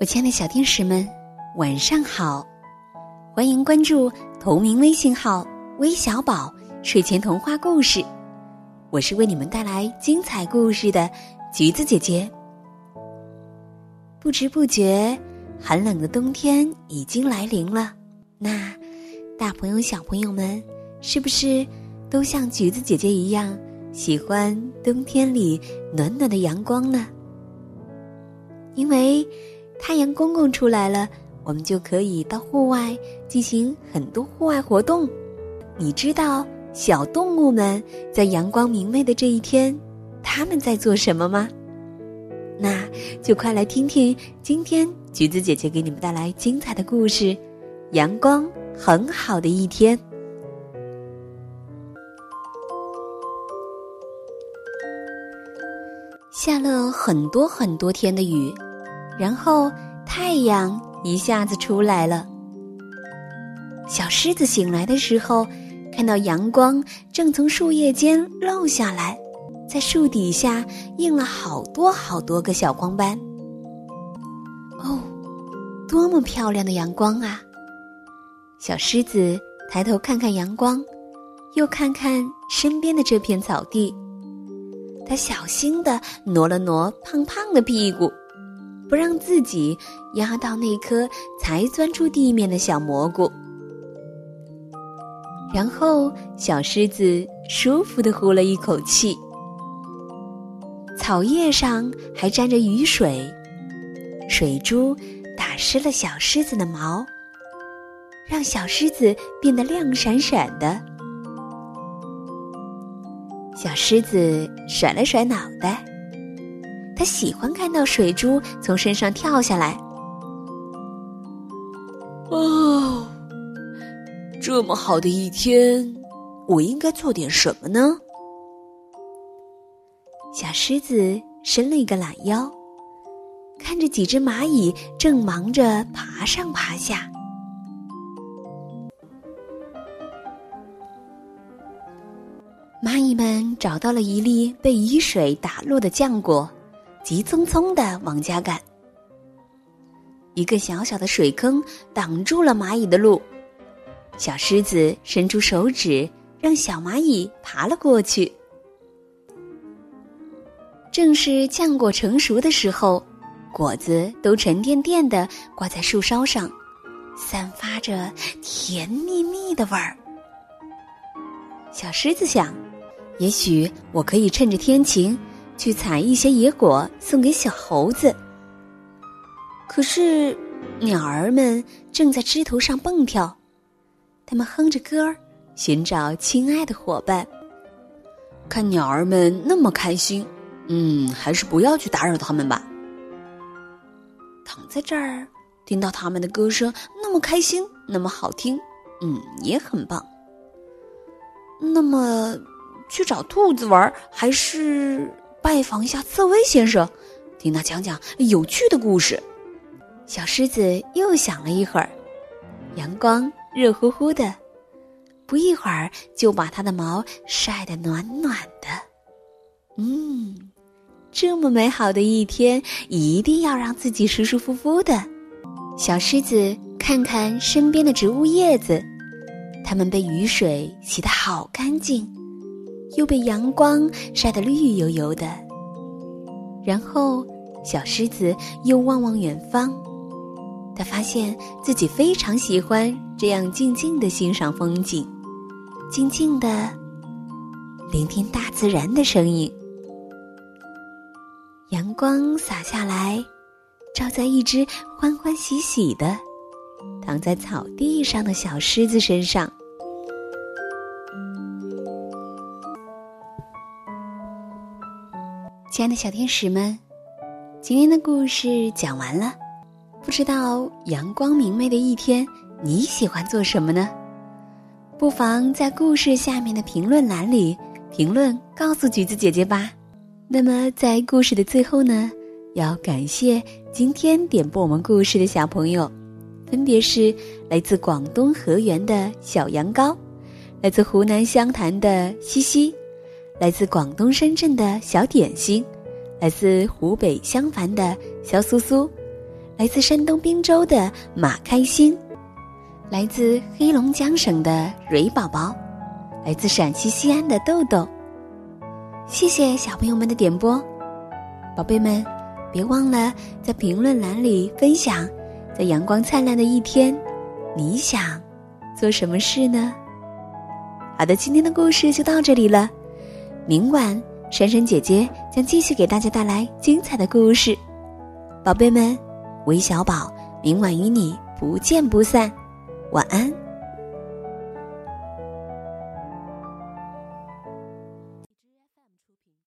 我亲爱的小天使们，晚上好！欢迎关注同名微信号微小宝睡前童话故事，我是为你们带来精彩故事的橘子姐姐。不知不觉，寒冷的冬天已经来临了。那大朋友小朋友们，是不是都像橘子姐姐一样喜欢冬天里暖暖的阳光呢？因为太阳公公出来了，我们就可以到户外进行很多户外活动。你知道小动物们在阳光明媚的这一天，它们在做什么吗？那就快来听听今天橘子姐姐给你们带来精彩的故事，阳光很好的一天。下了很多很多天的雨，然后太阳一下子出来了。小狮子醒来的时候，看到阳光正从树叶间漏下来，在树底下映了好多好多个小光斑。哦，多么漂亮的阳光啊！小狮子抬头看看阳光，又看看身边的这片草地，他小心地挪了挪胖胖的屁股，不让自己压到那颗才钻出地面的小蘑菇。然后小狮子舒服地呼了一口气。草叶上还沾着雨水，水珠打湿了小狮子的毛，让小狮子变得亮闪闪的。小狮子甩了甩脑袋，他喜欢看到水珠从身上跳下来。哦，这么好的一天，我应该做点什么呢？小狮子伸了一个懒腰，看着几只蚂蚁正忙着爬上爬下。蚂蚁们找到了一粒被雨水打落的浆果，急匆匆地往家赶。一个小小的水坑挡住了蚂蚁的路，小狮子伸出手指，让小蚂蚁爬了过去。正是浆果成熟的时候，果子都沉甸甸地挂在树梢上，散发着甜蜜蜜的味儿。小狮子想，也许我可以趁着天晴去采一些野果送给小猴子。可是鸟儿们正在枝头上蹦跳，它们哼着歌儿寻找亲爱的伙伴。看鸟儿们那么开心，还是不要去打扰它们吧。躺在这儿听到它们的歌声那么开心，那么好听，也很棒。那么去找兔子玩，还是拜访一下刺猬先生，听他讲讲有趣的故事。小狮子又想了一会儿，阳光热乎乎的，不一会儿就把它的毛晒得暖暖的。这么美好的一天，一定要让自己舒舒服服的。小狮子看看身边的植物叶子，它们被雨水洗得好干净，又被阳光晒得绿油油的。然后小狮子又望望远方，他发现自己非常喜欢这样静静地欣赏风景，静静地聆听大自然的声音。阳光洒下来，照在一只欢欢喜喜的躺在草地上的小狮子身上。亲爱的小天使们，今天的故事讲完了。不知道阳光明媚的一天，你喜欢做什么呢？不妨在故事下面的评论栏里评论告诉橘子姐姐吧。那么在故事的最后呢，要感谢今天点播我们故事的小朋友，分别是来自广东河源的小羊羔，来自湖南湘潭的西西，来自广东深圳的小点心，来自湖北襄樊的小苏苏， 来自山东滨州的马开心，来自黑龙江省的蕊宝宝，来自陕西西安的豆豆。谢谢小朋友们的点播，宝贝们，别忘了在评论栏里分享，在阳光灿烂的一天，你想做什么事呢？好的，今天的故事就到这里了。明晚珊珊姐姐将继续给大家带来精彩的故事。宝贝们，韦小宝明晚与你不见不散，晚安。